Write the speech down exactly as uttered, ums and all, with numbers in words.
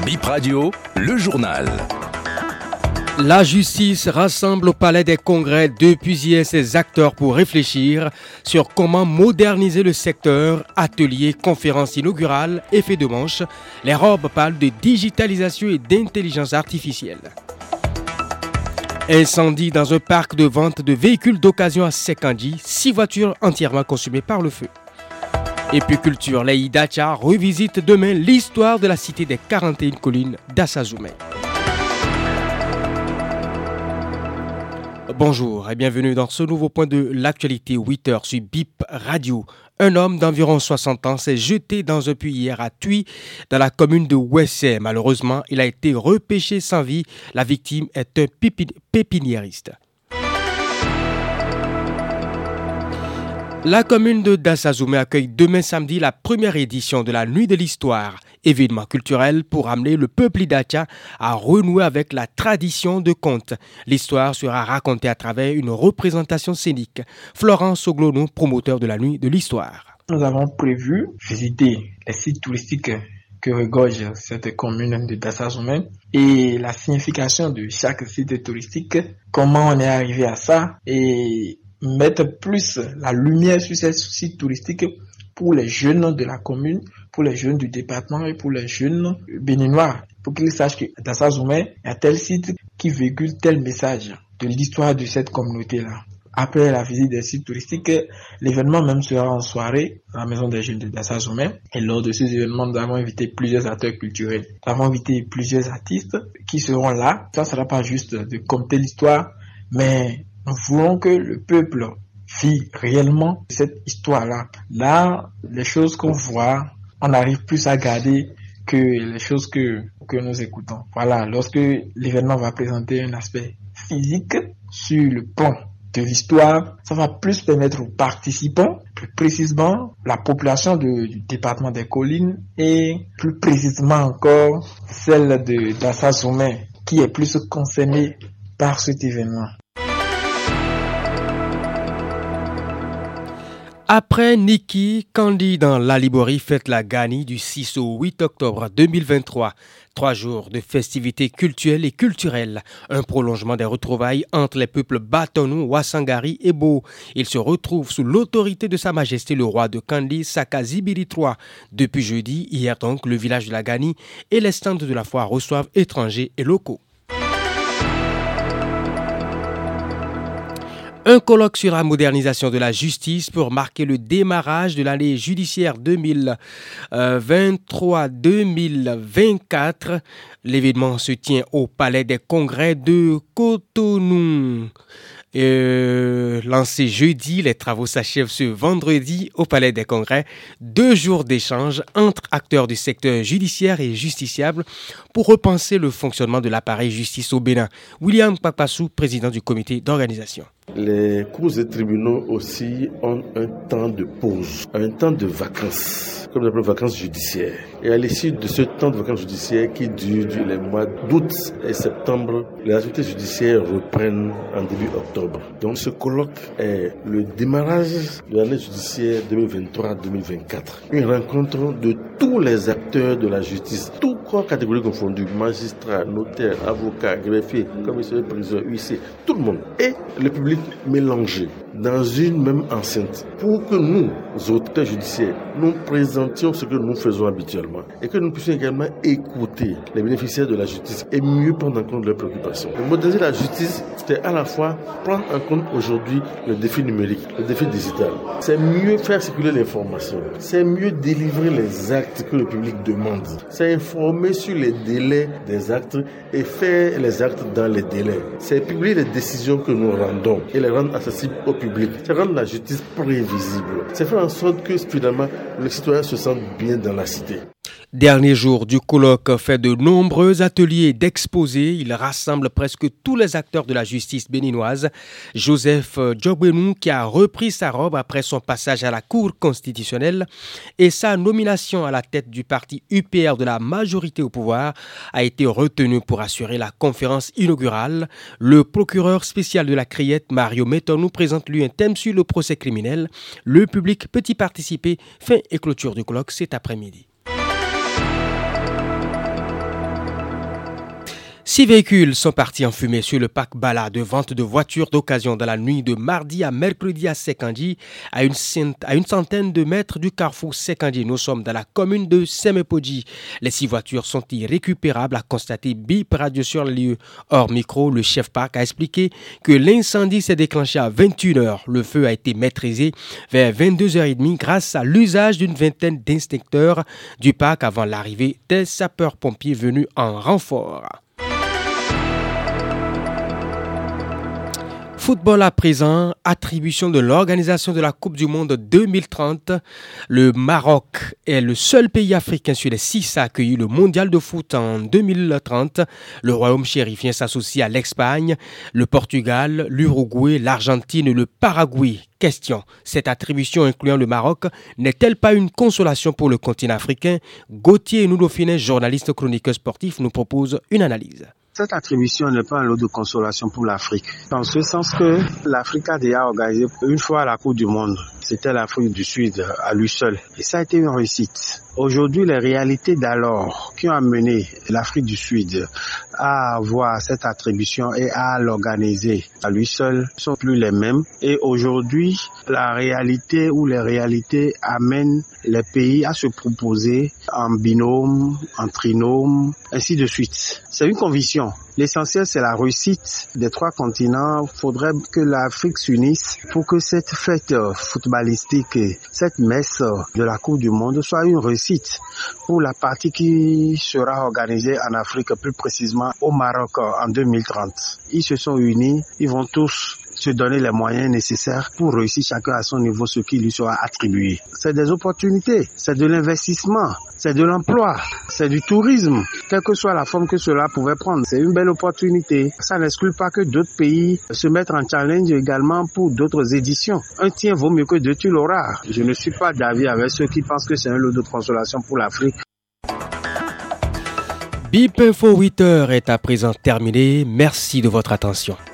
Bip Radio, le journal. La justice rassemble au Palais des Congrès depuis hier ses acteurs pour réfléchir sur comment moderniser le secteur. Ateliers, conférences inaugurales, effets de manche. Les robes parlent de digitalisation et d'intelligence artificielle. Incendie dans un parc de vente de véhicules d'occasion à Sekandji, six voitures entièrement consumées par le feu. Et puis culture, Lei Dacha revisite demain l'histoire de la cité des quarante et une collines d'Assazoume. Bonjour et bienvenue dans ce nouveau point de l'actualité huit heures sur Bip Radio. Un homme d'environ soixante ans s'est jeté dans un puits hier à Thuy, dans la commune de Ouessé. Malheureusement, il a été repêché sans vie. La victime est un pépiniériste. La commune de Dassazoume accueille demain samedi la première édition de la Nuit de l'Histoire, événement culturel pour amener le peuple Idacha à renouer avec la tradition de conte. L'histoire sera racontée à travers une représentation scénique. Florence Oglono, promoteur de la Nuit de l'Histoire. Nous avons prévu visiter les sites touristiques que regorge cette commune de Dassazoume et la signification de chaque site touristique, comment on est arrivé à ça et mettre plus la lumière sur ces sites touristiques pour les jeunes de la commune, pour les jeunes du département et pour les jeunes béninois, pour qu'ils sachent que dans Dassazoume, il y a tel site qui véhicule tel message de l'histoire de cette communauté-là. Après la visite des sites touristiques, l'événement même sera en soirée à la maison des jeunes de Dassazoume. Et lors de ces événements, nous avons invité plusieurs acteurs culturels. Nous avons invité plusieurs artistes qui seront là. Ça ne sera pas juste de compter l'histoire, mais nous voulons que le peuple vit réellement cette histoire-là. Là, les choses qu'on voit, on arrive plus à garder que les choses que, que nous écoutons. Voilà, lorsque l'événement va présenter un aspect physique sur le plan de l'histoire, ça va plus permettre aux participants, plus précisément la population de, du département des collines et plus précisément encore celle de Dassazoume qui est plus concernée par cet événement. Après Niki, Kandi dans la Liborie fête la Gani du six au huit octobre deux mille vingt-trois. Trois jours de festivités culturelles et culturelles. Un prolongement des retrouvailles entre les peuples Batonou, Wassangari et Bo. Ils se retrouvent sous l'autorité de Sa Majesté le roi de Kandi, Saka Zibiri trois. Depuis jeudi, hier donc, le village de la Gani et les stands de la foire reçoivent étrangers et locaux. Un colloque sur la modernisation de la justice pour marquer le démarrage de l'année judiciaire deux mille vingt-trois deux mille vingt-quatre. L'événement se tient au Palais des Congrès de Cotonou. Euh, lancé jeudi, les travaux s'achèvent ce vendredi au Palais des Congrès. Deux jours d'échange entre acteurs du secteur judiciaire et justiciables pour repenser le fonctionnement de l'appareil justice au Bénin. William Papassou, président du comité d'organisation. Les cours et tribunaux aussi ont un temps de pause, un temps de vacances, comme on appelle vacances judiciaires. Et à l'issue de ce temps de vacances judiciaires qui dure du les mois d'août et septembre, les activités judiciaires reprennent en début octobre. Donc ce colloque est le démarrage de l'année judiciaire deux mille vingt-trois deux mille vingt-quatre. Une rencontre de tous les acteurs de la justice, tous corps catégories confondues, magistrats, notaires, avocats, greffiers, commissaires de prison, huissiers, tout le monde. Et le public mélangé dans une même enceinte pour que nous, auteurs judiciaires, nous présentions ce que nous faisons habituellement et que nous puissions également écouter les bénéficiaires de la justice et mieux prendre en compte leurs préoccupations. Moderniser la justice, c'est à la fois prendre en compte aujourd'hui le défi numérique, le défi digital. C'est mieux faire circuler l'information. C'est mieux délivrer les actes que le public demande. C'est informer sur les délais des actes et faire les actes dans les délais. C'est publier les décisions que nous rendons et les rendre accessibles au public. C'est rendre la justice prévisible. C'est faire en sorte que finalement le citoyen se sente bien dans la cité. Dernier jour du colloque fait de nombreux ateliers d'exposés. Il rassemble presque tous les acteurs de la justice béninoise. Joseph Djogbenou, qui a repris sa robe après son passage à la Cour constitutionnelle et sa nomination à la tête du parti U P R de la majorité au pouvoir, a été retenu pour assurer la conférence inaugurale. Le procureur spécial de la Criette, Mario Metton, nous présente lui un thème sur le procès criminel. Le public peut y participer. Fin et clôture du colloque cet après-midi. Six véhicules sont partis en fumée sur le parc Bala de vente de voitures d'occasion dans la nuit de mardi à mercredi à Sekandji, à une, à une centaine de mètres du carrefour Sekandji. Nous sommes dans la commune de Semepodji. Les six voitures sont irrécupérables, a constaté Bip Radio sur le lieu. Hors micro, le chef parc a expliqué que l'incendie s'est déclenché à vingt et une heures. Le feu a été maîtrisé vers vingt-deux heures trente grâce à l'usage d'une vingtaine d'inspecteurs du parc avant l'arrivée des sapeurs-pompiers venus en renfort. Football à présent, attribution de l'organisation de la Coupe du Monde deux mille trente. Le Maroc est le seul pays africain sur les six à accueillir le mondial de foot en deux mille trente. Le royaume chérifien s'associe à l'Espagne, le Portugal, l'Uruguay, l'Argentine et le Paraguay. Question, cette attribution incluant le Maroc n'est-elle pas une consolation pour le continent africain? Gauthier Noudofinet, journaliste chroniqueur sportif, nous propose une analyse. Cette attribution n'est pas un lot de consolation pour l'Afrique, dans ce sens que l'Afrique a déjà organisé une fois la Coupe du Monde. C'était l'Afrique du Sud à lui seul. Et ça a été une réussite. Aujourd'hui, les réalités d'alors qui ont amené l'Afrique du Sud à avoir cette attribution et à l'organiser à lui seul sont plus les mêmes. Et aujourd'hui, la réalité ou les réalités amènent les pays à se proposer en binôme, en trinôme, ainsi de suite. C'est une conviction. L'essentiel, c'est la réussite des trois continents. Il faudrait que l'Afrique s'unisse pour que cette fête footballistique, cette messe de la Coupe du Monde soit une réussite pour la partie qui sera organisée en Afrique, plus précisément au Maroc en deux mille trente. Ils se sont unis, ils vont tous se donner les moyens nécessaires pour réussir chacun à son niveau ce qui lui sera attribué. C'est des opportunités, c'est de l'investissement, c'est de l'emploi, c'est du tourisme, quelle que soit la forme que cela pouvait prendre. C'est une belle opportunité. Ça n'exclut pas que d'autres pays se mettent en challenge également pour d'autres éditions. Un tien vaut mieux que deux, tu l'auras. Je ne suis pas d'avis avec ceux qui pensent que c'est un lot de consolation pour l'Afrique. Bip Info huit heures est à présent terminé. Merci de votre attention.